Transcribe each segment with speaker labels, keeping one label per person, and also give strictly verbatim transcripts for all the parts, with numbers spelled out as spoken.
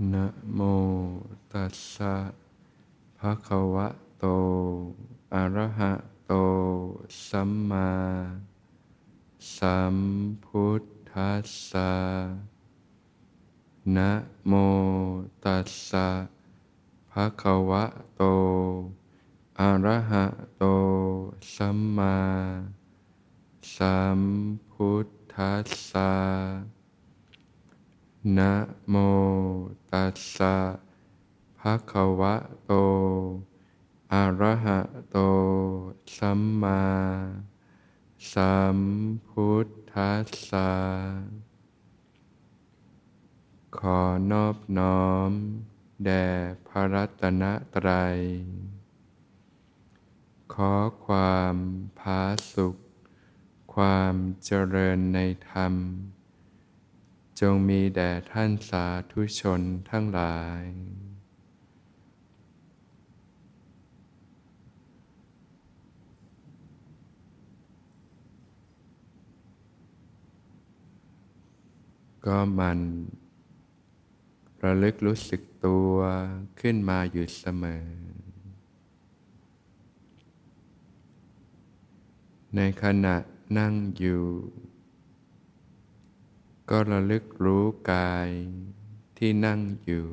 Speaker 1: นะโมตัสสะภะคะวะโตอะระหะโตสัมมาสัมพุทธัสสะนะโมตัสสะภะคะวะโตอะระหะโตสัมมาสัมพุทธัสสะนะโมตัสสะภะคะวะโตอะระหะโตสัมมาสัมพุทธัสสะขอนอบน้อมแด่พระรัตนตรัยขอความผาสุกความเจริญในธรรมจงมีแด่ท่านสาธุชนทั้งหลายก็มันระลึกรู้สึกตัวขึ้นมาอยู่เสมอในขณะนั่งอยู่ก็ระลึกรู้กายที่นั่งอยู่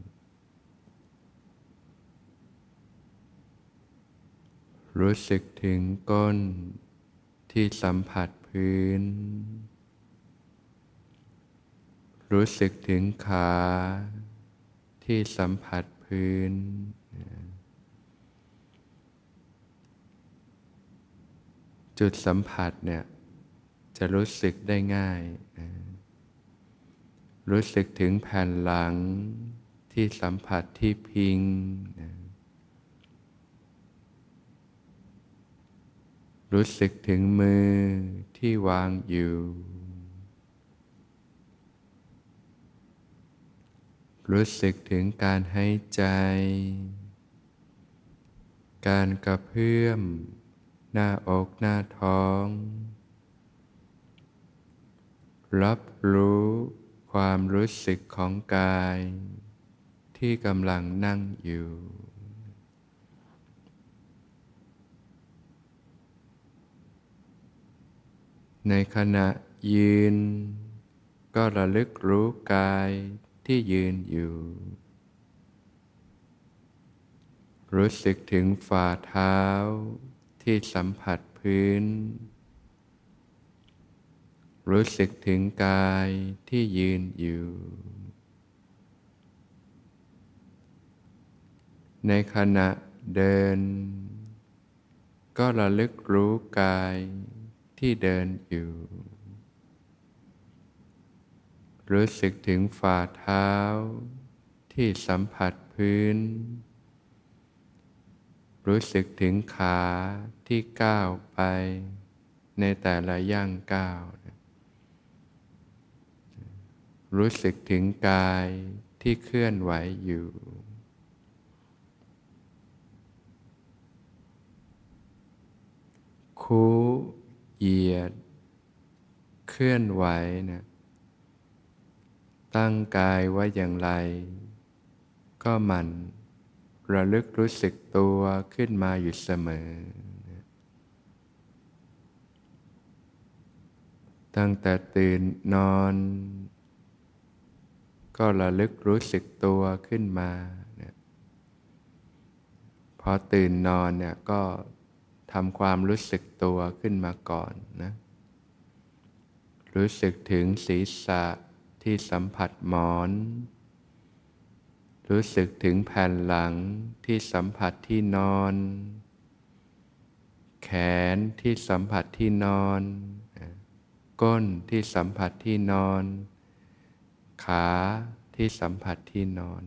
Speaker 1: รู้สึกถึงก้นที่สัมผัสพื้นรู้สึกถึงขาที่สัมผัสพื้นจุดสัมผัสเนี่ยจะรู้สึกได้ง่ายนะรู้สึกถึงแผ่นหลังที่สัมผัสที่พิงนะรู้สึกถึงมือที่วางอยู่รู้สึกถึงการหายใจการกระเพื่อมหน้าอกหน้าท้องรับรู้ความรู้สึกของกายที่กำลังนั่งอยู่ในขณะยืนก็ระลึกรู้กายที่ยืนอยู่รู้สึกถึงฝ่าเท้าที่สัมผัสพื้นรู้สึกถึงกายที่ยืนอยู่ในขณะเดินก็ระลึกรู้กายที่เดินอยู่รู้สึกถึงฝ่าเท้าที่สัมผัสพื้นรู้สึกถึงขาที่ก้าวไปในแต่ละย่างก้าวรู้สึกถึงกายที่เคลื่อนไหวอยู่คู้เหยียดเคลื่อนไหวนะตั้งกายไว้อย่างไรก็หมั่นระลึกรู้สึกตัวขึ้นมาอยู่เสมอตั้งแต่ตื่นนอนก็ระลึกรู้สึกตัวขึ้นมาเนี่ยพอตื่นนอนเนี่ยก็ทำความรู้สึกตัวขึ้นมาก่อนนะรู้สึกถึงศีรษะที่สัมผัสหมอนรู้สึกถึงแผ่นหลังที่สัมผัสที่นอนแขนที่สัมผัสที่นอนก้นที่สัมผัสที่นอนขาที่สัมผัสที่นอน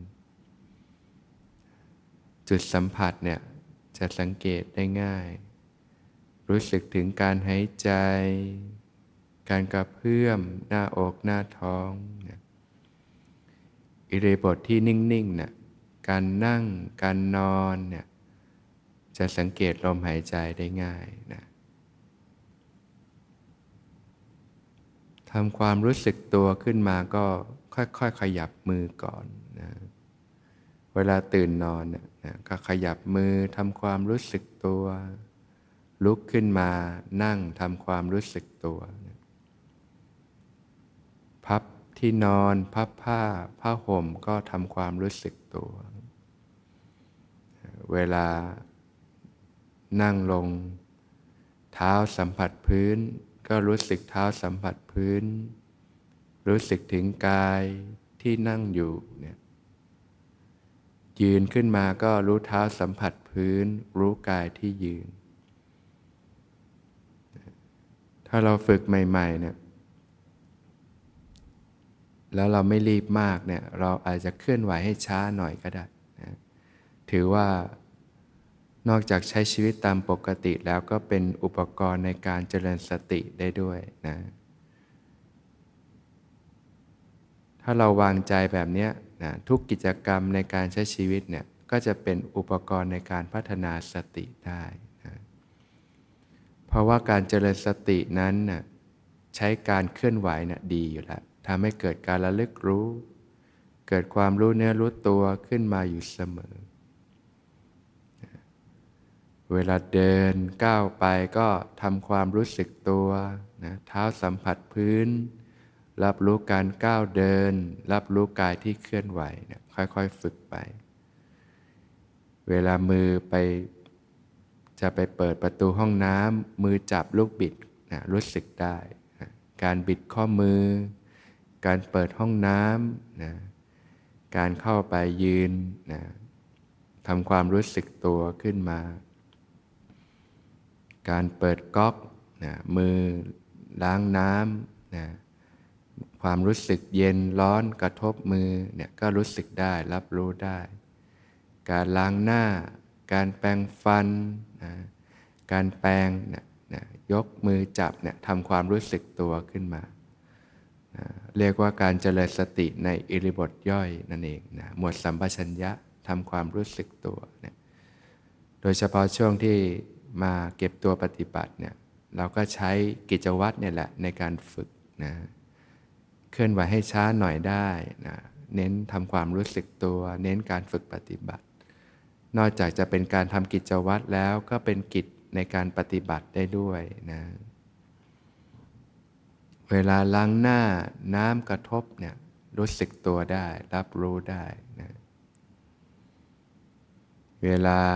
Speaker 1: จุดสัมผัสเนี่ยจะสังเกตได้ง่ายรู้สึกถึงการหายใจการกระเพื่อมหน้าอกหน้าท้องเนี่ยอิริยาบถที่นิ่งๆเนี่ยการนั่งการนอนเนี่ยจะสังเกตลมหายใจได้ง่ายนะทำความรู้สึกตัวขึ้นมาก็ค่อยๆ ขยับมือก่อนนะเวลาตื่นนอนเนี่ยนะก็ขยับมือทำความรู้สึกตัวลุกขึ้นมานั่งทำความรู้สึกตัวนะพับที่นอนพับผ้าผ้าห่มก็ทำความรู้สึกตัวเวลานั่งลงเท้าสัมผัสพื้นก็รู้สึกเท้าสัมผัสพื้นรู้สึกถึงกายที่นั่งอยู่เนี่ยยืนขึ้นมาก็รู้เท้าสัมผัสพื้นรู้กายที่ยืนถ้าเราฝึกใหม่ๆเนี่ยแล้วเราไม่รีบมากเนี่ยเราอาจจะเคลื่อนไหวให้ช้าหน่อยก็ได้นะถือว่านอกจากใช้ชีวิตตามปกติแล้วก็เป็นอุปกรณ์ในการเจริญสติได้ด้วยนะถ้าเราวางใจแบบนี้นะทุกกิจกรรมในการใช้ชีวิตเนี่ยก็จะเป็นอุปกรณ์ในการพัฒนาสติได้นะเพราะว่าการเจริญสตินั้นนะใช้การเคลื่อนไหวนะดีอยู่แล้วทำให้เกิดการระลึกรู้เกิดความรู้เนื้อรู้ตัวขึ้นมาอยู่เสมอเวลาเดินก้าวไปก็ทำความรู้สึกตัวนะเท้าสัมผัสพื้นรับรู้การก้าวเดินรับรู้กายที่เคลื่อนไหวนะค่อยๆฝึกไปเวลามือไปจะไปเปิดประตูห้องน้ำมือจับลูกบิดนะรู้สึกได้นะการบิดข้อมือการเปิดห้องน้ำนะการเข้าไปยืนนะทำความรู้สึกตัวขึ้นมาการเปิดก๊อกนะมือล้างน้ำนะความรู้สึกเย็นร้อนกระทบมือเนี่ยก็รู้สึกได้รับรู้ได้การล้างหน้าการแปรงฟันนะการแปรงนะนะยกมือจับเนี่ยทำความรู้สึกตัวขึ้นมานะเรียกว่าการเจริญสติในอิริยาบถย่อยนั่นเองนะหมวดสัมปชัญญะทำความรู้สึกตัวเนี่ยโดยเฉพาะช่วงที่มาเก็บตัวปฏิบัติเนี่ยเราก็ใช้กิจวัตรเนี่ยแหละในการฝึกนะเคลื่อนไหวให้ช้าหน่อยได้นะเน้นทำความรู้สึกตัวเน้นการฝึกปฏิบัตินอกจากจะเป็นการทำกิจวัตรแล้วก็เป็นกิจในการปฏิบัติได้ด้วยนะเวลาล้างหน้าน้ำกระทบเนี่ยรู้สึกตัวได้รับรู้ได้นะเวลา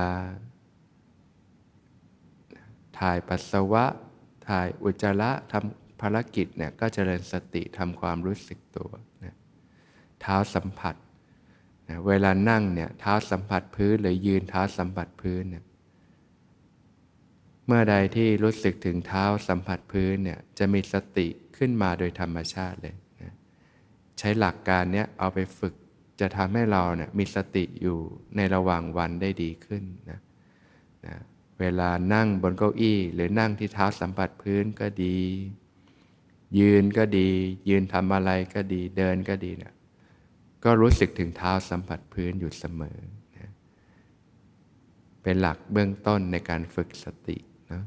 Speaker 1: ถ่ายปัสสาวะถ่ายอุจจาระทำภารกิจเนี่ยก็เจริญสติทำความรู้สึกตัวนะเท้าสัมผัสนะเวลานั่งเนี่ยเท้าสัมผัสพื้นหรือยืนเท้าสัมผัสพื้นเนี่ยเมื่อใดที่รู้สึกถึงเท้าสัมผัสพื้นเนี่ยจะมีสติขึ้นมาโดยธรรมชาติเลยนะใช้หลักการเนี้ยเอาไปฝึกจะทำให้เราเนี่ยมีสติอยู่ในระหว่างวันได้ดีขึ้นนะนะเวลานั่งบนเก้าอี้หรือนั่งที่เท้าสัมผัสพื้นก็ดียืนก็ดียืนทำอะไรก็ดีเดินก็ดีเนี่ยก็รู้สึกถึงเท้าสัมผัสพื้นอยู่เสมอนะเป็นหลักเบื้องต้นในการฝึกสตินะ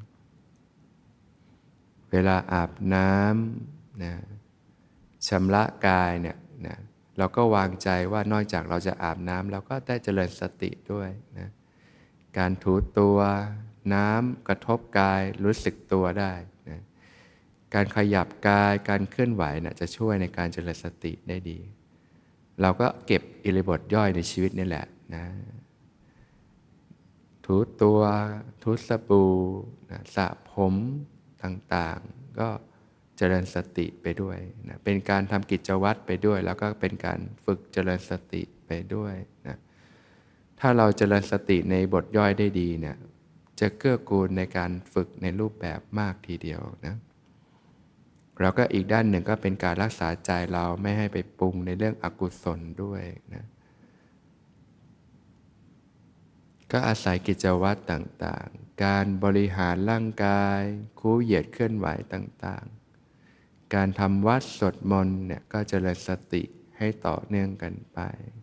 Speaker 1: เวลาอาบน้ำนะชำระกายเนี่ยนะเราก็วางใจว่านอกจากเราจะอาบน้ำเราก็ได้เจริญสติด้วยนะการถูตัวน้ำกระทบกายรู้สึกตัวได้นะการขยับกายการเคลื่อนไหวนะจะช่วยในการเจริญสติได้ดีเราก็เก็บอิริยาบถย่อยในชีวิตนี่แหละนะถูตัวถูสบู่นะสระผมต่างๆก็เจริญสติไปด้วยนะเป็นการทำกิจวัตรไปด้วยแล้วก็เป็นการฝึกเจริญสติไปด้วยนะถ้าเราเจริญสติในบทย่อยได้ดีเนี่ยจะเกื้อกูลในการฝึกในรูปแบบมากทีเดียวนะแล้วก็อีกด้านหนึ่งก็เป็นการรักษาใจเราไม่ให้ไปปรุงในเรื่องอกุศลด้วยนะก็อาศัยกิจวัตรต่างๆการบริหารร่างกายคูเหยียดเคลื่อนไหวต่างๆการทำวัดสวดมนต์เนี่ยก็เจริญสติให้ต่อเนื่องกันไป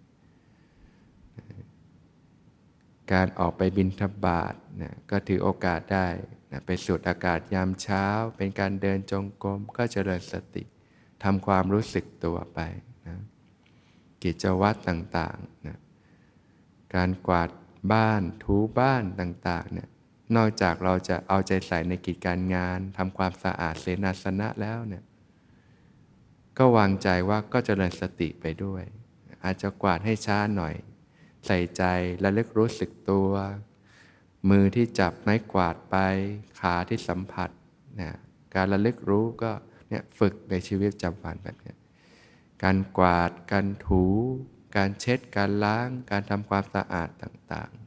Speaker 1: การออกไปบิณฑบาตเนี่ยก็ถือโอกาสได้นะไปสูดอากาศยามเช้าเป็นการเดินจงกรมก็เจริญสติทำความรู้สึกตัวไปนะกิจวัตรต่างๆนะการกวาดบ้านถูบ้านต่างๆเนี่ยนอกจากเราจะเอาใจใส่ในกิจการงานทำความสะอาดเสนาสนะแล้วเนี่ยก็วางใจว่าก็เจริญสติไปด้วยอาจจะกวาดให้ช้าหน่อยใส่ใจระลึกรู้สึกตัวมือที่จับไม้กวาดไปขาที่สัมผัสนะการระลึกรู้ก็เนี่ยฝึกในชีวิตประจำวันแบบนี้การกวาดการถูการเช็ดการล้างการทำความสะอาดต่าง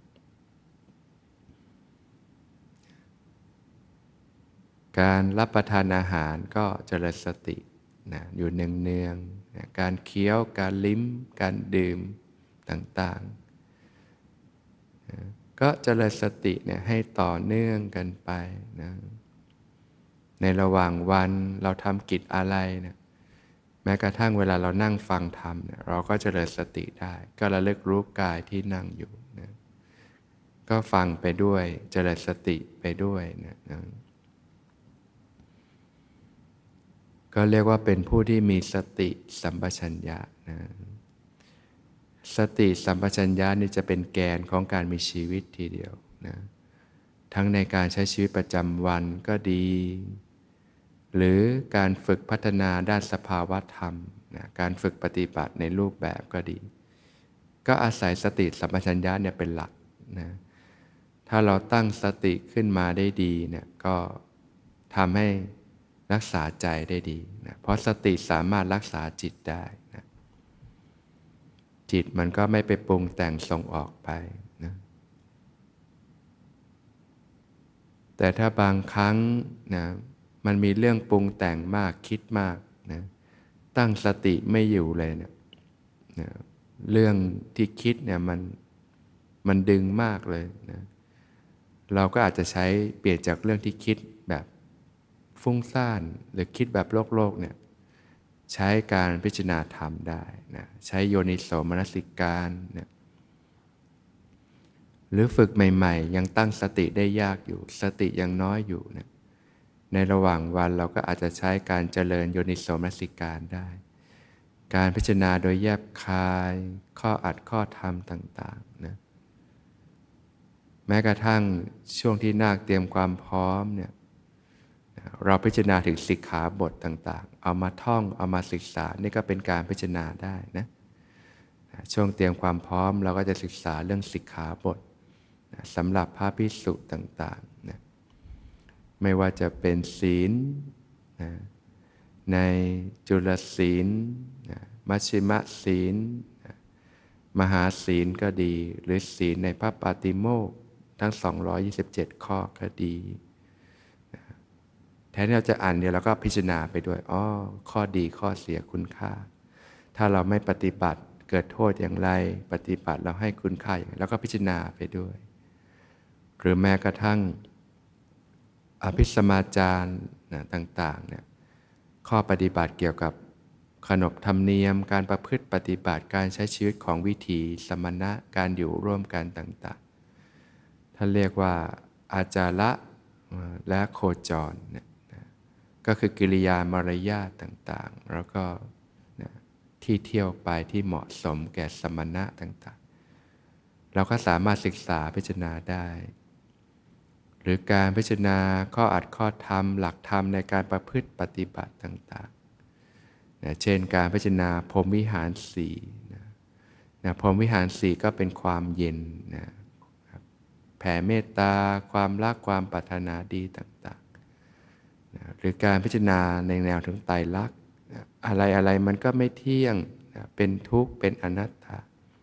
Speaker 1: ๆการรับประทานอาหารก็เจริญสตินะอยู่เนืองๆนะการเคี้ยวการลิ้มการดื่มต่างๆนะก็เจริญสติเนี่ยให้ต่อเนื่องกันไปนะในระหว่างวันเราทำกิจอะไรนะแม้กระทั่งเวลาเรานั่งฟังธรรมเนี่ยเราก็เจริญสติได้ก็ระลึกรู้กายที่นั่งอยู่นะก็ฟังไปด้วยเจริญสติไปด้วยนะนะก็เรียกว่าเป็นผู้ที่มีสติสัมปชัญญะนะสติสัมปชัญญะนี่จะเป็นแกนของการมีชีวิตทีเดียวนะทั้งในการใช้ชีวิตประจำวันก็ดีหรือการฝึกพัฒนาด้านสภาวะธรรมนะการฝึกปฏิบัติในรูปแบบก็ดีก็อาศัยสติสัมปชัญญะเนี่ยเป็นหลักนะถ้าเราตั้งสติขึ้นมาได้ดีเนี่ยก็ทำให้รักษาใจได้ดีนะเพราะสติสามารถรักษาจิตได้นะจิตมันก็ไม่ไปปรุงแต่งส่งออกไปนะแต่ถ้าบางครั้งนะมันมีเรื่องปรุงแต่งมากคิดมากนะตั้งสติไม่อยู่เลยเนะนะเรื่องที่คิดเนี่ยมันมันดึงมากเลยนะเราก็อาจจะใช้เปลี่ยนจากเรื่องที่คิดแบบฟุ้งซ่านหรือคิดแบบโลกโลกเนี่ยใช้การพิจารณาธรรมได้นะใช้โยนิโสมนสิการนะหรือฝึกใหม่ๆยังตั้งสติได้ยากอยู่สติยังน้อยอยู่นะในระหว่างวันเราก็อาจจะใช้การเจริญโยนิโสมนสิการได้การพิจารณาโดยแยบคายข้ออัดข้อธรรมต่างๆนะแม้กระทั่งช่วงที่นาคเตรียมความพร้อมเนี่ยเราพิจารณาถึงสิกขาบทต่างๆเอามาท่องเอามาศึกษานี่ก็เป็นการพิจารณาได้นะช่วงเตรียมความพร้อมเราก็จะศึกษาเรื่องสิกขาบทสำหรับพระภิกษุต่างๆนะไม่ว่าจะเป็นศีลนะในจุลศีลนะมัชฌิมศีลนะมหาศีลก็ดีหรือศีลในพระปาติโมกข์ทั้งสองร้อยยี่สิบเจ็ดข้อก็ดีนะแทนที่เราจะอ่านเดียวเราก็พิจารณาไปด้วยอ้อข้อดีข้อเสียคุณค่าถ้าเราไม่ปฏิบัติเกิดโทษอย่างไรปฏิบัติเราให้คุณค่าอย่างไรแล้วก็พิจารณาไปด้วยหรือแม้กระทั่งอภิสมาจารนะต่างๆเนี่ยข้อปฏิบัติเกี่ยวกับขนบธรรมเนียมการประพฤติปฏิบัติการใช้ชีวิตของวิถีสมณะการอยู่ร่วมกันต่างๆท่านเรียกว่าอาจาระและโคจรเนี่ยนะก็คือกิริยามารยาทต่างๆแล้วก็นะที่เที่ยวไปที่เหมาะสมแก่สมณะต่างๆเราก็สามารถศึกษาพิจารณาได้หรือการพิจารณาข้ออัดข้อธรรมหลักธรรมในการประพฤติปฏิบัติต่างๆนะเช่นการพิจารณาพรหมวิหารสี่นะนะพรหมวิหารสี่ก็เป็นความเย็นนะแผ่เมตตาความรักความปรารถนาดีต่างๆนะหรือการพิจารณาในแนวถึงไตรลักษณ์นะอะไรอะไรมันก็ไม่เที่ยงนะเป็นทุกข์เป็นอนัตตา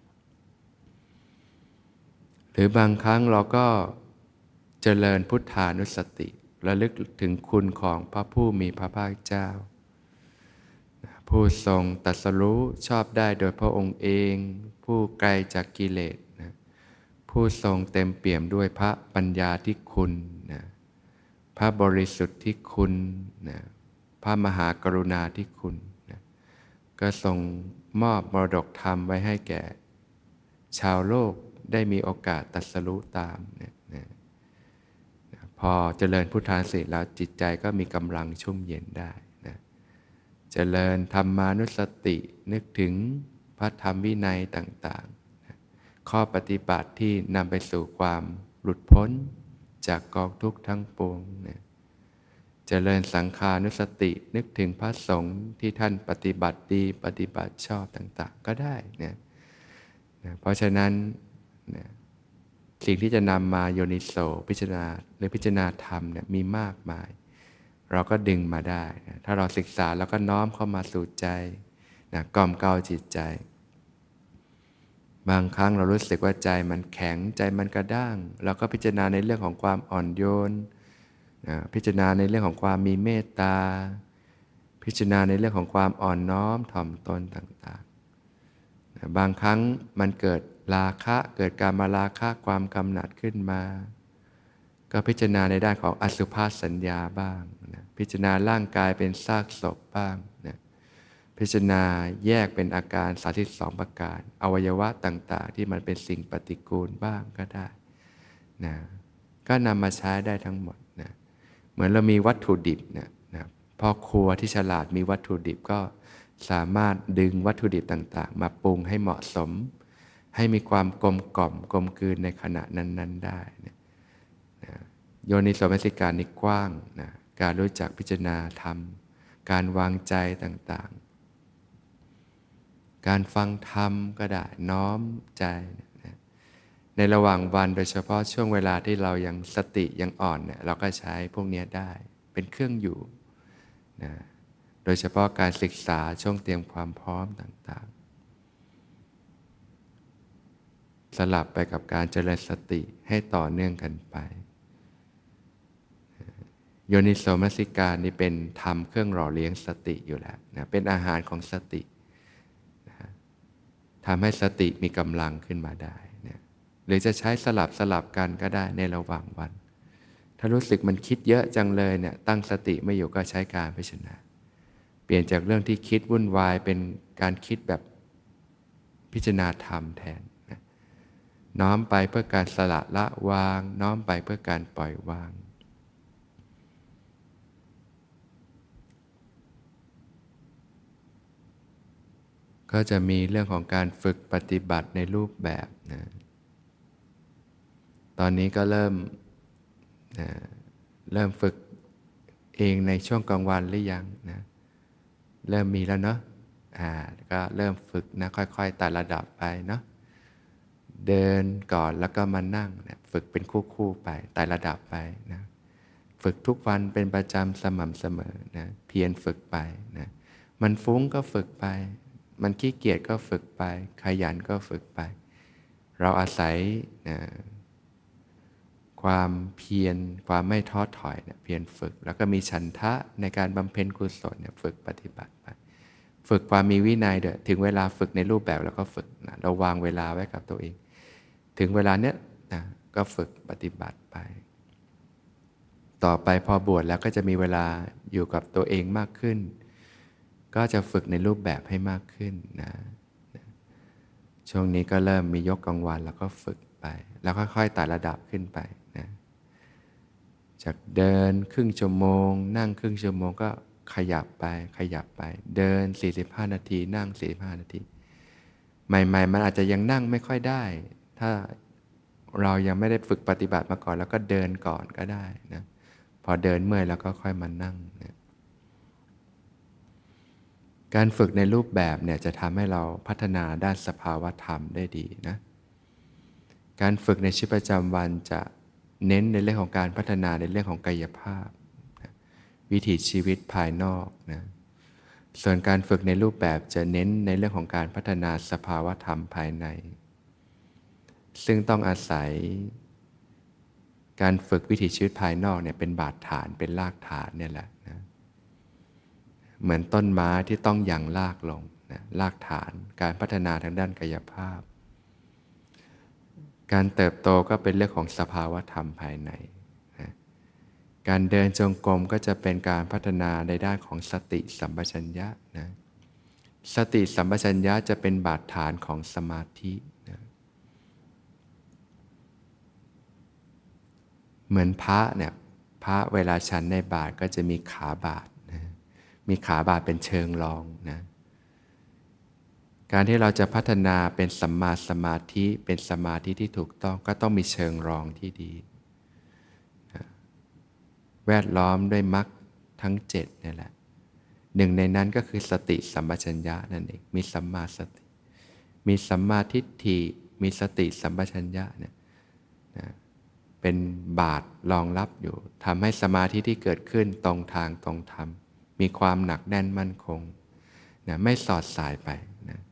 Speaker 1: หรือบางครั้งเราก็เจริญพุทธานุสติระลึกถึงคุณของพระผู้มีพระภาคเจ้าผู้ทรงตรัสรู้ชอบได้โดยพระองค์เองผู้ไกลจากกิเลสนะผู้ทรงเต็มเปี่ยมด้วยพระปัญญาที่คุณนะพระบริสุทธิ์ที่คุณนะพระมหากรุณาที่คุณนะก็ทรงมอบมรดกธรรมไว้ให้แก่ชาวโลกได้มีโอกาสตรัสรู้ตามนะนะพอเจริญพุทธานุสติแล้วจิตใจก็มีกำลังชุ่มเย็นได้นะเจริญธรรมานุสตินึกถึงพระธรรมวินัยต่างๆนะข้อปฏิบัติที่นำไปสู่ความหลุดพ้นจากกองทุกข์ทั้งปวงเนี่ยเจริญสังขานุสตินึกถึงพระสงฆ์ที่ท่านปฏิบัติดีปฏิบัติชอบต่างๆก็ได้เนี่ยนะเพราะฉะนั้นนะสิ่งที่จะนำมาโยนิโสพิจารณาหรือพิจารณาธรรมเนี่ยมีมากมายเราก็ดึงมาได้นะถ้าเราศึกษาแล้วก็น้อมเข้ามาสู่ใจนะกล่อมเกลาจิตใจบางครั้งเรารู้สึกว่าใจมันแข็งใจมันกระด้างเราก็พิจารณาในเรื่องของความอ่อนโยนนะพิจารณาในเรื่องของความมีเมตตาพิจารณาในเรื่องของความอ่อนน้อมถ่อมตนต่างๆนะบางครั้งมันเกิดราคะเกิดการมาราคะความกำหนัดขึ้นมาก็พิจารณาในด้านของอสุภสัญญาบ้างนะพิจารณาร่างกายเป็นซากศพบ้างนะพิจารณาแยกเป็นอาการสามสิบสองประการอวัยวะต่างๆที่มันเป็นสิ่งปฏิกูลบ้างก็ได้นะก็นำมาใช้ได้ทั้งหมดนะเหมือนเรามีวัตถุดิบนะนะพ่อครัวที่ฉลาดมีวัตถุดิบก็สามารถดึงวัตถุดิบต่างๆมาปรุงให้เหมาะสมให้มีความกลมกล่อมกลมกลืนในขณะนั้นๆได้นะนะโยนิโสมนสิการนี่กว้างนะการรู้จักพิจารณาธรรมการวางใจต่างๆการฟังธรรมก็ได้น้อมใจนะในระหว่างวันโดยเฉพาะช่วงเวลาที่เรายังสติยังอ่อนเนี่ยเราก็ใช้พวกนี้ได้เป็นเครื่องอยู่นะโดยเฉพาะการศึกษาช่วงเตรียมความพร้อมต่างๆสลับไปกับการเจริญสติให้ต่อเนื่องกันไปโยนิโสมนสิการนี่เป็นธรรมเครื่องหล่อเลี้ยงสติอยู่แล้วนะเป็นอาหารของสตินะทำให้สติมีกำลังขึ้นมาได้นะหรือจะใช้สลับสลับกันก็ได้ในระหว่างวันถ้ารู้สึกมันคิดเยอะจังเลยเนี่ยตั้งสติไม่อยู่ก็ใช้การพิจารณาเปลี่ยนจากเรื่องที่คิดวุ่นวายเป็นการคิดแบบพิจารณาธรรมแทนนะน้อมไปเพื่อการสละละวางน้อมไปเพื่อการปล่อยวางก็จะมีเรื่องของการฝึกปฏิบัติในรูปแบบนะตอนนี้ก็เริ่มนะเริ่มฝึกเองในช่วงกลางวันหรือยังนะเริ่มมีแล้วเนาะอ่าก็เริ่มฝึกนะค่อยๆไต่ระดับไปเนาะเดินก่อนแล้วก็มานั่งนะฝึกเป็นคู่ๆไปไต่ระดับไปนะฝึกทุกวันเป็นประจำสม่ำเสมอนะเพียรฝึกไปนะมันฟุ้งก็ฝึกไปมันขี้เกียจก็ฝึกไปขยันก็ฝึกไปเราอาศัยนะความเพียรความไม่ท้อถอยเนี่ยเพียรฝึกแล้วก็มีฉันทะในการบำเพ็ญกุศลเนี่ยฝึกปฏิบัติไปฝึกความมีวินัยเด้อถึงเวลาฝึกในรูปแบบแล้วก็ฝึกนะเราวางเวลาไว้กับตัวเองถึงเวลาเนี้ยนะก็ฝึกปฏิบัติไปต่อไปพอบวชแล้วก็จะมีเวลาอยู่กับตัวเองมากขึ้นก็จะฝึกในรูปแบบให้มากขึ้นนะช่วงนี้ก็เริ่มมียกกลางวันแล้วก็ฝึกไปแล้วค่อยๆไต่ระดับขึ้นไปนะจากเดินครึ่งชั่วโมงนั่งครึ่งชั่วโมงก็ขยับไปขยับไปเดินสี่สิบห้านาทีนั่งสี่สิบห้านาทีใหม่ๆมันอาจจะยังนั่งไม่ค่อยได้ถ้าเรายังไม่ได้ฝึกปฏิบัติมาก่อนแล้วก็เดินก่อนก็ได้นะพอเดินเมื่อยแล้วก็ค่อยมานั่งนะการฝึกในรูปแบบเนี่ยจะทำให้เราพัฒนาด้านสภาวธรรมได้ดีนะการฝึกในชีวิตประจำวันจะเน้นในเรื่องของการพัฒนาในเรื่องของกายภาพนะวิถีชีวิตภายนอกนะส่วนการฝึกในรูปแบบจะเน้นในเรื่องของการพัฒนาสภาวธรรมภายในซึ่งต้องอาศัยการฝึกวิถีชีวิตภายนอกเนี่ยเป็นบาดฐานเป็นรากฐานเนี่ยแหละนะเหมือนต้นไม้ที่ต้องหยั่งรากลงนะรากฐานการพัฒนาทางด้านกายภาพการเติบโตก็เป็นเรื่องของสภาวธรรมภายในนะการเดินจงกรมก็จะเป็นการพัฒนาในด้านของสติสัมปชัญญะนะสติสัมปชัญญะจะเป็นบาดฐานของสมาธินะเหมือนพระเนี่ยพระเวลาฉันในบาตรก็จะมีขาบาตรนะมีขาบาตรเป็นเชิงรองนะการที่เราจะพัฒนาเป็นสัมมาสมาธิเป็นสมาธิที่ถูกต้องก็ต้องมีเชิงรองที่ดีแวดล้อมด้วยมรรคทั้งเจ็ดนี่แหละหนึ่งในนั้นก็คือสติสัมปชัญญะนั่นเองมีสัมมาสติมีสัมมาทิฏฐิมีสติสัมปชัญญะเนี่ยนะเป็นบาตรรองรับอยู่ทำให้สมาธิที่เกิดขึ้นตรงทางตรงธรรมมีความหนักแน่นมั่นคงนะไม่สอดสายไปนะ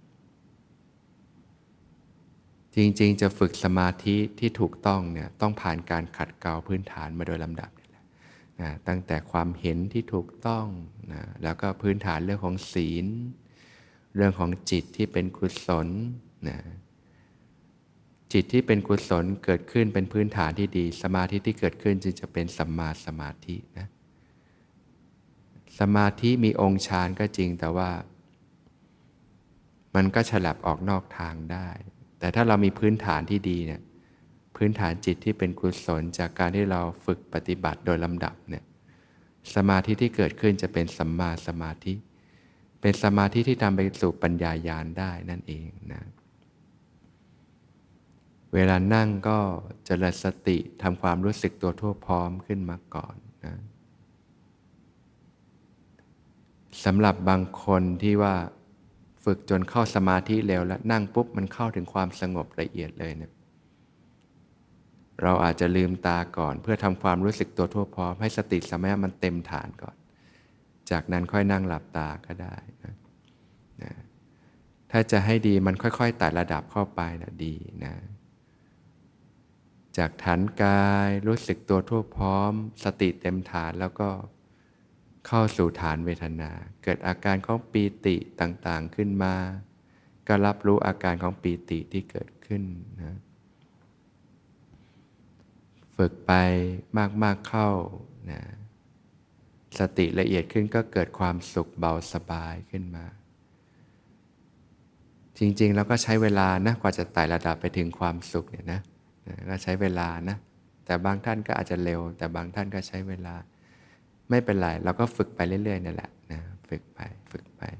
Speaker 1: จริงๆจะฝึกสมาธิที่ถูกต้องเนี่ยต้องผ่านการขัดเกลาพื้นฐานมาโดยลำดับนะตั้งแต่ความเห็นที่ถูกต้องนะแล้วก็พื้นฐานเรื่องของศีลเรื่องของจิตที่เป็นกุศลนะจิตที่เป็นกุศลเกิดขึ้นเป็นพื้นฐานที่ดีสมาธิที่เกิดขึ้นจึงจะเป็นสัมมาสมาธินะสมาธิมีองค์ฌานก็จริงแต่ว่ามันก็ฉลับออกนอกทางได้แต่ถ้าเรามีพื้นฐานที่ดีเนี่ยพื้นฐานจิตที่เป็นกุศลจากการที่เราฝึกปฏิบัติโดยลำดับเนี่ยสมาธิที่เกิดขึ้นจะเป็นสัมมาสมาธิเป็นสมาธิที่ทำไปสู่ปัญญาญาณได้นั่นเองนะเวลานั่งก็เจริญสติทำความรู้สึกตัวทั่วพร้อมขึ้นมาก่อนนะสำหรับบางคนที่ว่าฝึกจนเข้าสมาธิเร็วแล้วนั่งปุ๊บมันเข้าถึงความสงบละเอียดเลยเนี่ยเราอาจจะลืมตาก่อนเพื่อทำความรู้สึกตัวทั่วพร้อมให้สติสัมปชัญญะมันเต็มฐานก่อนจากนั้นค่อยนั่งหลับตาก็ได้นะนะถ้าจะให้ดีมันค่อยๆไต่ระดับเข้าไปนะดีนะจากฐานกายรู้สึกตัวทั่วพร้อมสติเต็มฐานแล้วก็เข้าสู่ฐานเวทนาเกิดอาการของปีติต่างๆขึ้นมาก็รับรู้อาการของปีติที่เกิดขึ้นนะฝึกไปมากๆเข้านะสติละเอียดขึ้นก็เกิดความสุขเบาสบายขึ้นมาจริงๆแล้วก็ใช้เวลานะกว่าจะไต่ระดับไปถึงความสุขเนี่ยนะก็ใช้เวลานะแต่บางท่านก็อาจจะเร็วแต่บางท่านก็ใช้เวลาไม่เป็นไรเราก็ฝึกไปเรื่อยๆนั่นแหละนะฝึกไปฝึกไป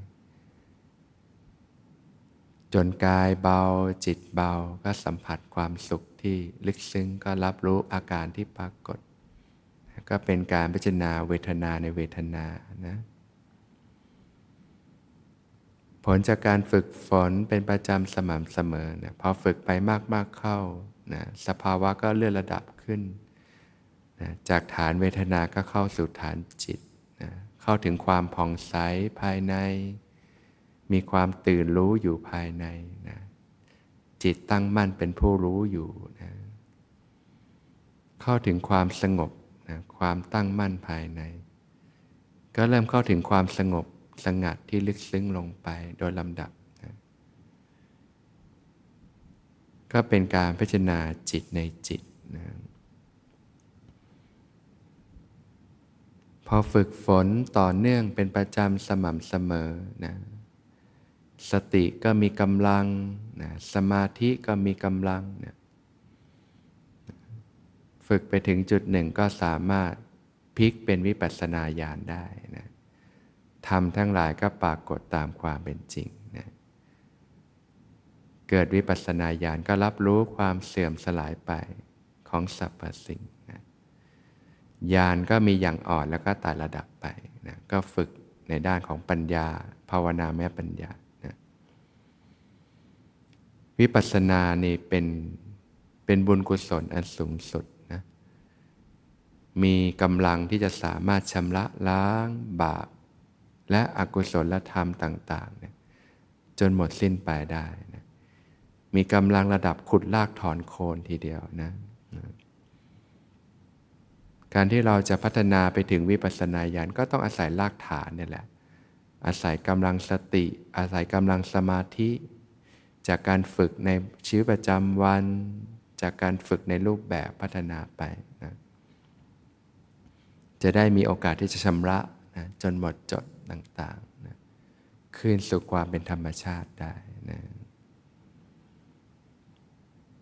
Speaker 1: จนกายเบาจิตเบาก็สัมผัสความสุขที่ลึกซึ้งก็รับรู้อาการที่ปรากฏก็เป็นการพิจารณาเวทนาในเวทนานะผลจากการฝึกฝนเป็นประจำสม่ำเสมอเนี่ยพอฝึกไปมากๆเข้านะสภาวะก็เลื่อนระดับขึ้นนะจากฐานเวทนาก็เข้าสู่ฐานจิตนะเข้าถึงความผ่องใสภายในมีความตื่นรู้อยู่ภายในนะจิตตั้งมั่นเป็นผู้รู้อยู่นะเข้าถึงความสงบนะความตั้งมั่นภายในก็เริ่มเข้าถึงความสงบสงัดที่ลึกซึ้งลงไปโดยลำดับนะก็เป็นการพิจารณาจิตในจิตนะพอฝึกฝนต่อเนื่องเป็นประจำสม่ำเสมอนะสติก็มีกำลังนะสมาธิก็มีกำลังนะฝึกไปถึงจุดหนึ่งก็สามารถพลิกเป็นวิปัสสนาญาณได้นะธรรมทั้งหลายก็ปรากฏตามความเป็นจริงนะเกิดวิปัสสนาญาณก็รับรู้ความเสื่อมสลายไปของสรรพสิ่งนะญาณก็มีอย่างอ่อนแล้วก็ไต่ระดับไปนะก็ฝึกในด้านของปัญญาภาวนาแม้ปัญญานะวิปัสสนานี่เป็นเป็นบุญกุศลอันสูงสุดนะมีกำลังที่จะสามารถชำระล้างบาปและอกุศลธรรมต่างๆเนี่ยจนหมดสิ้นไปได้นะมีกำลังระดับขุดรากถอนโคนทีเดียวนะการที่เราจะพัฒนาไปถึงวิปัสสนาญาณก็ต้องอาศัยรากฐานนี่แหละอาศัยกำลังสติอาศัยกำลังสมาธิจากการฝึกในชีวิตประจำวันจากการฝึกในรูปแบบพัฒนาไปนะจะได้มีโอกาสที่จะชำระนะจนหมดจดต่างๆนะคืนสู่ความเป็นธรรมชาติได้นะ